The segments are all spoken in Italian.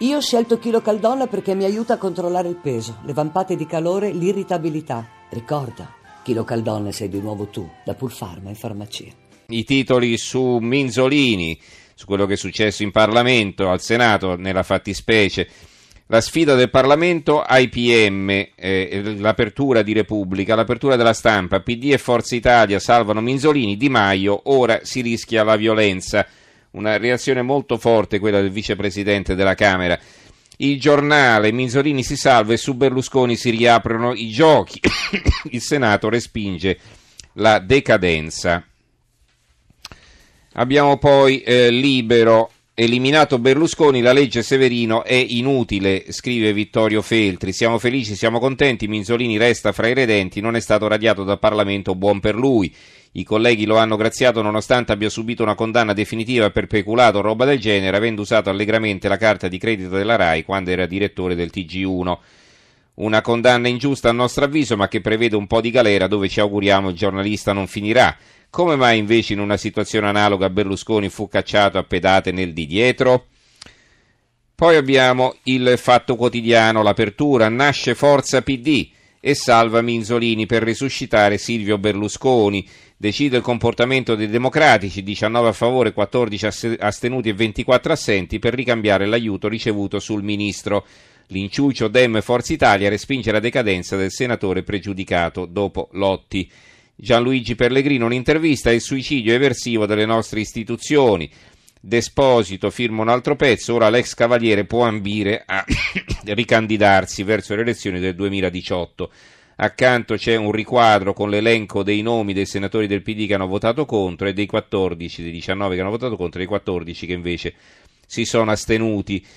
Io ho scelto Chilo Caldonna perché mi aiuta a controllare il peso, le vampate di calore, l'irritabilità. Ricorda, Chilo Caldonna sei di nuovo tu, da Pulpharma in farmacia. I titoli su Minzolini, su quello che è successo in Parlamento, al Senato, nella fattispecie. La sfida del Parlamento ai PM, l'apertura di Repubblica, l'apertura della Stampa, PD e Forza Italia salvano Minzolini, Di Maio, ora si rischia la violenza. Una reazione molto forte quella del vicepresidente della Camera. Il Giornale, Minzolini si salva e su Berlusconi si riaprono i giochi. Il Senato respinge la decadenza. Abbiamo poi Libero. Eliminato Berlusconi, la legge Severino è inutile, scrive Vittorio Feltri. Siamo felici, siamo contenti, Minzolini resta fra i redenti, non è stato radiato dal Parlamento, buon per lui. I colleghi lo hanno graziato nonostante abbia subito una condanna definitiva per peculato o roba del genere, avendo usato allegramente la carta di credito della RAI quando era direttore del TG1. Una condanna ingiusta a nostro avviso, ma che prevede un po' di galera dove ci auguriamo il giornalista non finirà. Come mai invece in una situazione analoga Berlusconi fu cacciato a pedate nel di dietro? Poi abbiamo il Fatto Quotidiano, l'apertura, nasce Forza PD e salva Minzolini per risuscitare Silvio Berlusconi. Decide il comportamento dei democratici, 19 a favore, 14 astenuti e 24 assenti per ricambiare l'aiuto ricevuto sul ministro. L'inciuccio Dem Forza Italia respinge la decadenza del senatore pregiudicato dopo Lotti. Gianluigi Pellegrino, un'intervista, il suicidio eversivo delle nostre istituzioni. D'Esposito firma un altro pezzo, ora l'ex cavaliere può ambire a ricandidarsi verso le elezioni del 2018. Accanto c'è un riquadro con l'elenco dei nomi dei senatori del PD che hanno votato contro e dei 14, dei 19 che hanno votato contro e dei 14 che invece si sono astenuti.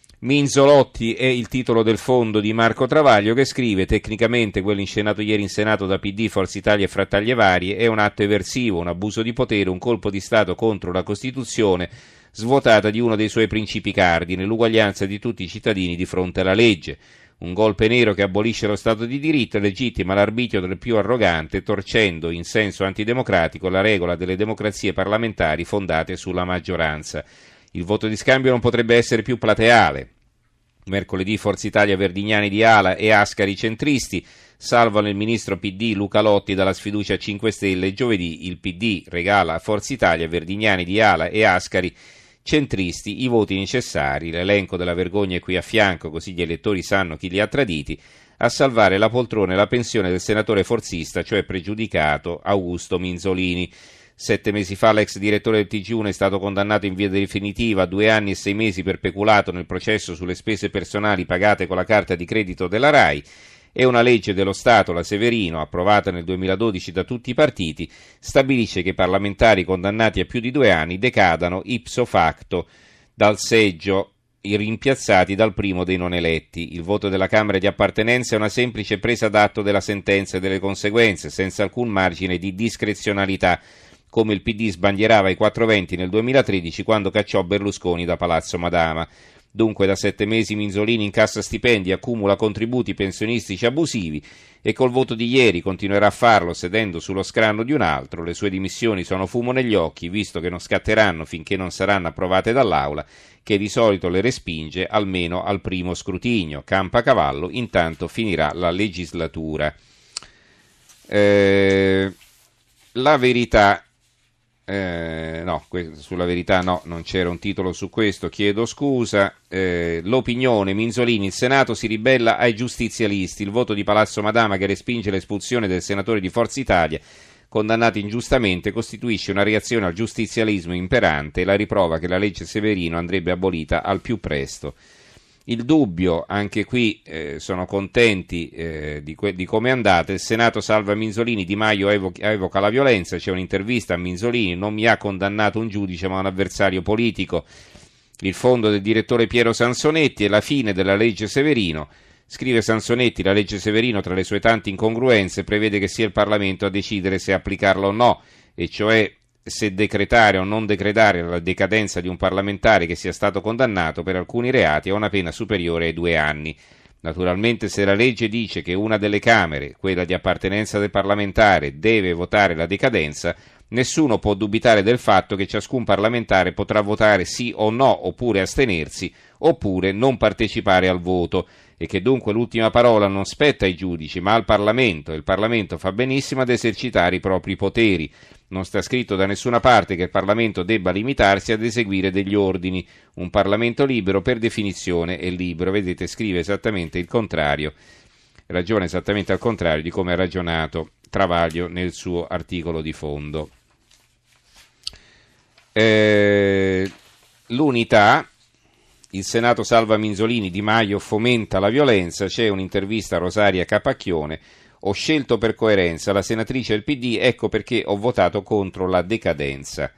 Minzolotti è il titolo del fondo di Marco Travaglio che scrive: tecnicamente quello inscenato ieri in Senato da PD, Forza Italia e Frattaglie Varie è un atto eversivo, un abuso di potere, un colpo di Stato contro la Costituzione svuotata di uno dei suoi principi cardine, l'uguaglianza di tutti i cittadini di fronte alla legge. Un golpe nero che abolisce lo Stato di diritto e legittima l'arbitrio del più arrogante, torcendo in senso antidemocratico la regola delle democrazie parlamentari fondate sulla maggioranza. Il voto di scambio non potrebbe essere più plateale. Mercoledì Forza Italia Verdignani di Ala e Ascari centristi salvano il ministro PD Luca Lotti dalla sfiducia a 5 Stelle. Giovedì il PD regala a Forza Italia Verdignani di Ala e Ascari centristi i voti necessari. L'elenco della vergogna è qui a fianco, così gli elettori sanno chi li ha traditi, a salvare la poltrona e la pensione del senatore forzista, cioè pregiudicato Augusto Minzolini. 7 mesi fa l'ex direttore del TG1 è stato condannato in via definitiva a 2 anni e 6 mesi per peculato nel processo sulle spese personali pagate con la carta di credito della RAI. E una legge dello Stato, la Severino, approvata nel 2012 da tutti i partiti, stabilisce che i parlamentari condannati a più di 2 anni decadano ipso facto dal seggio rimpiazzati dal primo dei non eletti. Il voto della Camera di appartenenza è una semplice presa d'atto della sentenza e delle conseguenze, senza alcun margine di discrezionalità, come il PD sbandierava i 420 nel 2013 quando cacciò Berlusconi da Palazzo Madama. Dunque da 7 mesi Minzolini incassa stipendi, accumula contributi pensionistici abusivi e col voto di ieri continuerà a farlo sedendo sullo scranno di un altro. Le sue dimissioni sono fumo negli occhi, visto che non scatteranno finché non saranno approvate dall'Aula, che di solito le respinge almeno al primo scrutinio. Campa cavallo, intanto finirà la legislatura. La Verità. Sulla Verità no, non c'era un titolo su questo, chiedo scusa. L'Opinione, Minzolini, il Senato si ribella ai giustizialisti, il voto di Palazzo Madama che respinge l'espulsione del senatore di Forza Italia condannato ingiustamente costituisce una reazione al giustizialismo imperante e la riprova che la legge Severino andrebbe abolita al più presto. Il Dubbio, anche qui sono contenti di come è andata. Il Senato salva Minzolini, Di Maio evoca la violenza, c'è un'intervista a Minzolini, non mi ha condannato un giudice ma un avversario politico. Il fondo del direttore Piero Sansonetti e la fine della legge Severino. Scrive Sansonetti, la legge Severino tra le sue tante incongruenze prevede che sia il Parlamento a decidere se applicarla o no, e cioè se decretare o non decretare la decadenza di un parlamentare che sia stato condannato per alcuni reati a una pena superiore ai 2 anni. Naturalmente se la legge dice che una delle Camere, quella di appartenenza del parlamentare, deve votare la decadenza, nessuno può dubitare del fatto che ciascun parlamentare potrà votare sì o no, oppure astenersi, oppure non partecipare al voto, e che dunque l'ultima parola non spetta ai giudici, ma al Parlamento, e il Parlamento fa benissimo ad esercitare i propri poteri. Non sta scritto da nessuna parte che il Parlamento debba limitarsi ad eseguire degli ordini. Un Parlamento libero per definizione è libero. Vedete, scrive esattamente il contrario, ragiona esattamente al contrario di come ha ragionato Travaglio nel suo articolo di fondo. L'Unità, il Senato salva Minzolini, Di Maio fomenta la violenza, c'è un'intervista a Rosaria Capacchione. Ho scelto per coerenza la senatrice del PD, ecco perché ho votato contro la decadenza.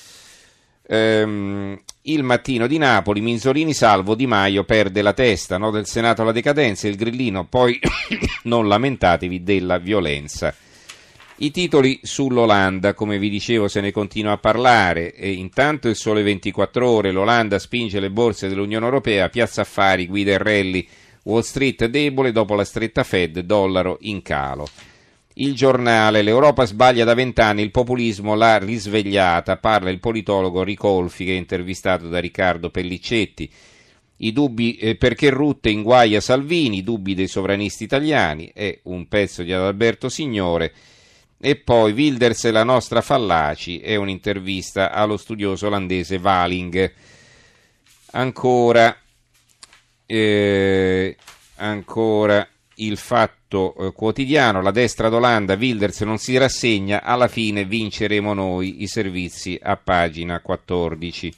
Il Mattino di Napoli, Minzolini salvo, Di Maio perde la testa, no, del Senato alla decadenza, il grillino, poi non lamentatevi della violenza. I titoli sull'Olanda, come vi dicevo, se ne continua a parlare, e intanto il Sole 24 Ore, l'Olanda spinge le borse dell'Unione Europea, Piazza Affari guida il rally, Wall Street debole dopo la stretta Fed, dollaro in calo. Il Giornale, l'Europa sbaglia da 20 anni, il populismo l'ha risvegliata, parla il politologo Ricolfi che è intervistato da Riccardo Pelliccetti. I dubbi perché Rutte inguaia Salvini, i dubbi dei sovranisti italiani, è un pezzo di Adalberto Signore. E poi Wilders e la nostra Fallaci, è un'intervista allo studioso olandese Waling. Ancora il Fatto Quotidiano, la destra d'Olanda, Wilders non si rassegna, alla fine vinceremo noi, i servizi a pagina 14.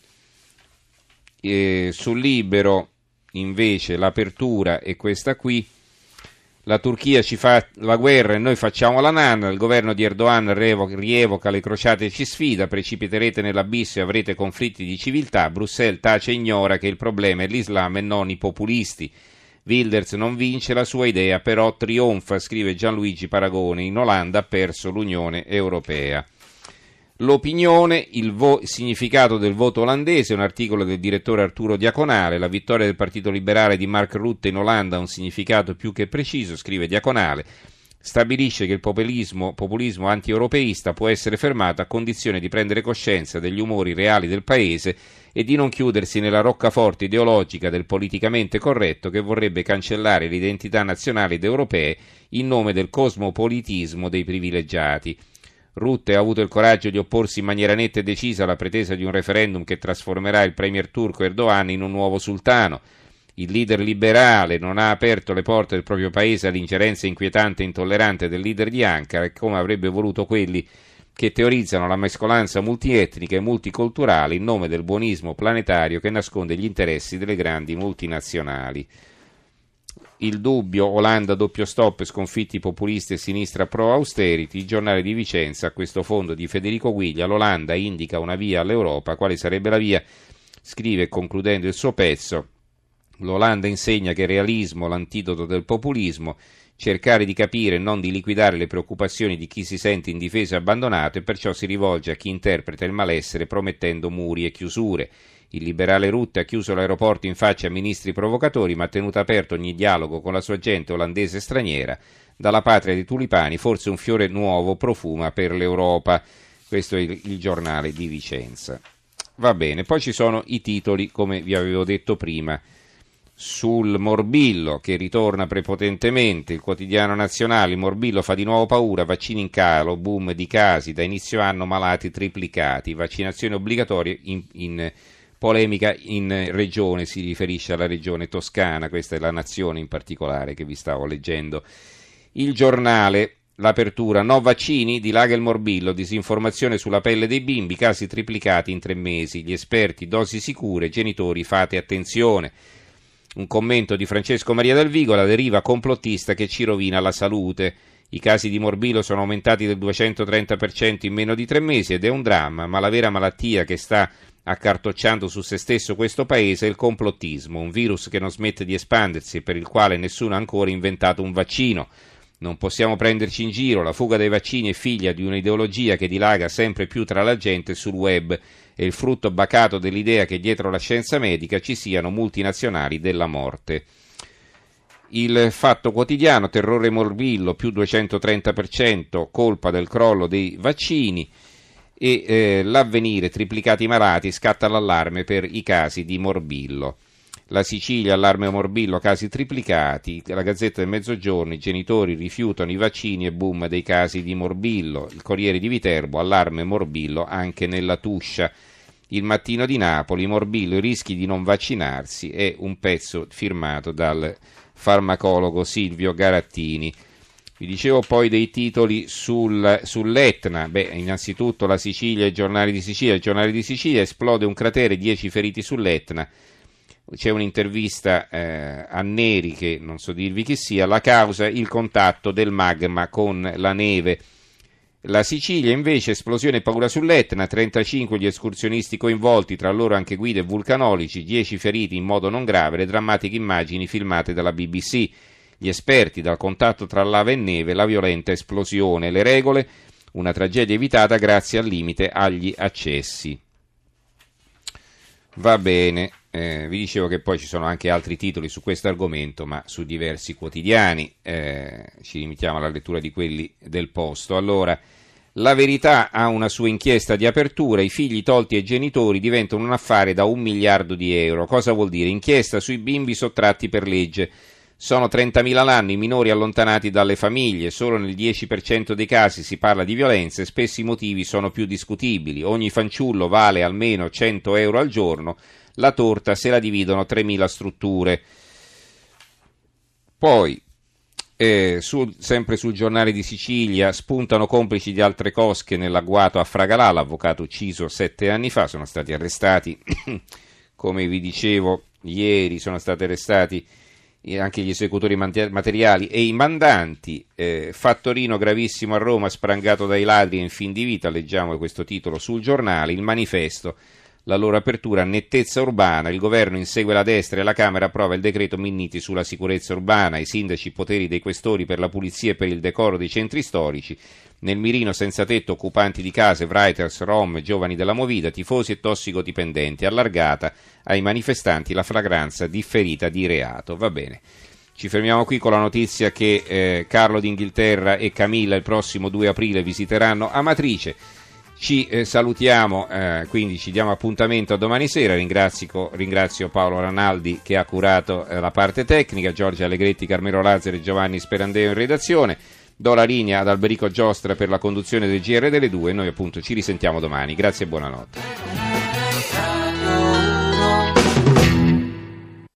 Sul Libero invece l'apertura è questa qui. La Turchia ci fa la guerra e noi facciamo la nanna, il governo di Erdogan rievoca le crociate e ci sfida, precipiterete nell'abisso e avrete conflitti di civiltà, Bruxelles tace e ignora che il problema è l'Islam e non i populisti. Wilders non vince, la sua idea però trionfa, scrive Gianluigi Paragone, in Olanda ha perso l'Unione Europea. L'Opinione, il significato del voto olandese, un articolo del direttore Arturo Diaconale, la vittoria del Partito Liberale di Mark Rutte in Olanda ha un significato più che preciso, scrive Diaconale, stabilisce che il populismo anti-europeista può essere fermato a condizione di prendere coscienza degli umori reali del paese e di non chiudersi nella roccaforte ideologica del politicamente corretto che vorrebbe cancellare l'identità nazionale ed europee in nome del cosmopolitismo dei privilegiati. Rutte ha avuto il coraggio di opporsi in maniera netta e decisa alla pretesa di un referendum che trasformerà il premier turco Erdogan in un nuovo sultano. Il leader liberale non ha aperto le porte del proprio paese all'ingerenza inquietante e intollerante del leader di Ankara, come avrebbe voluto quelli che teorizzano la mescolanza multietnica e multiculturale in nome del buonismo planetario che nasconde gli interessi delle grandi multinazionali. Il Dubbio, Olanda doppio stop, sconfitti populisti e sinistra pro-austerity, il Giornale di Vicenza, a questo fondo di Federico Guiglia, l'Olanda indica una via all'Europa, quale sarebbe la via? Scrive concludendo il suo pezzo, l'Olanda insegna che il realismo, l'antidoto del populismo, cercare di capire e non di liquidare le preoccupazioni di chi si sente indifeso e abbandonato e perciò si rivolge a chi interpreta il malessere promettendo muri e chiusure. Il liberale Rutte ha chiuso l'aeroporto in faccia a ministri provocatori ma ha tenuto aperto ogni dialogo con la sua gente olandese e straniera. Dalla patria dei tulipani forse un fiore nuovo profuma per l'Europa. Questo è il Giornale di Vicenza. Va bene, poi ci sono i titoli, come vi avevo detto prima, sul morbillo che ritorna prepotentemente, il Quotidiano Nazionale, il morbillo fa di nuovo paura, vaccini in calo, boom di casi, da inizio anno malati triplicati, vaccinazioni obbligatorie in polemica in regione, si riferisce alla regione Toscana, questa è la Nazione in particolare che vi stavo leggendo. Il Giornale, l'apertura, no vaccini, dilaga il morbillo, disinformazione sulla pelle dei bimbi, casi triplicati in 3 mesi, gli esperti, dosi sicure, genitori fate attenzione. Un commento di Francesco Maria Dal Vigo, la deriva complottista che ci rovina la salute. I casi di morbillo sono aumentati del 230% in meno di 3 mesi ed è un dramma, ma la vera malattia che sta accartocciando su se stesso questo paese è il complottismo, un virus che non smette di espandersi e per il quale nessuno ha ancora inventato un vaccino. Non possiamo prenderci in giro, la fuga dei vaccini è figlia di un'ideologia che dilaga sempre più tra la gente sul web e il frutto bacato dell'idea che dietro la scienza medica ci siano multinazionali della morte. Il Fatto Quotidiano, terrore morbillo, più 230%, colpa del crollo dei vaccini. e l'Avvenire, triplicati i malati, scatta l'allarme per i casi di morbillo. La Sicilia, allarme morbillo, casi triplicati. La Gazzetta del Mezzogiorno, i genitori rifiutano i vaccini e boom dei casi di morbillo. Il Corriere di Viterbo, allarme morbillo anche nella Tuscia. Il Mattino di Napoli, morbillo, i rischi di non vaccinarsi, è un pezzo firmato dal farmacologo Silvio Garattini. Vi dicevo poi dei titoli sull'Etna. Innanzitutto la Sicilia, i giornali di Sicilia. Il giornale di Sicilia: esplode un cratere, 10 feriti sull'Etna. C'è un'intervista a Neri, che non so dirvi chi sia. La causa, il contatto del magma con la neve. La Sicilia invece, esplosione e paura sull'Etna, 35 gli escursionisti coinvolti, tra loro anche guide e vulcanologi, 10 feriti in modo non grave, le drammatiche immagini filmate dalla BBC. Gli esperti, dal contatto tra lava e neve, la violenta esplosione, le regole, una tragedia evitata grazie al limite agli accessi. Va bene, vi dicevo che poi ci sono anche altri titoli su questo argomento, ma su diversi quotidiani, ci limitiamo alla lettura di quelli del Posto. Allora, La Verità ha una sua inchiesta di apertura: i figli tolti ai genitori diventano un affare da 1 miliardo di euro. Cosa vuol dire? Inchiesta sui bimbi sottratti per legge. Sono 30.000 l'anno i minori allontanati dalle famiglie, solo nel 10% dei casi si parla di violenza e spesso i motivi sono più discutibili. Ogni fanciullo vale almeno 100 euro al giorno, la torta se la dividono 3.000 strutture. Poi, sempre sul giornale di Sicilia, spuntano complici di altre cosche nell'agguato a Fragalà, l'avvocato ucciso 7 anni fa, sono stati arrestati, come vi dicevo ieri, sono stati arrestati anche gli esecutori materiali e i mandanti. Fattorino gravissimo a Roma, sprangato dai ladri e in fin di vita, leggiamo questo titolo sul giornale. Il Manifesto, la loro apertura: nettezza urbana, il governo insegue la destra e la Camera approva il decreto Minniti sulla sicurezza urbana, i sindaci poteri dei questori per la pulizia e per il decoro dei centri storici, nel mirino senza tetto, occupanti di case, writers, rom, giovani della Movida, tifosi e tossicodipendenti, allargata ai manifestanti la flagranza differita di reato. Va bene, ci fermiamo qui con la notizia che Carlo d'Inghilterra e Camilla il prossimo 2 aprile visiteranno Amatrice. Ci salutiamo, quindi ci diamo appuntamento a domani sera. Ringrazio Paolo Ranaldi che ha curato la parte tecnica, Giorgia Allegretti, Carmelo Lazzaro e Giovanni Sperandeo in redazione. Do la linea ad Alberico Giostra per la conduzione del GR delle 2 e noi appunto ci risentiamo domani. Grazie e buonanotte.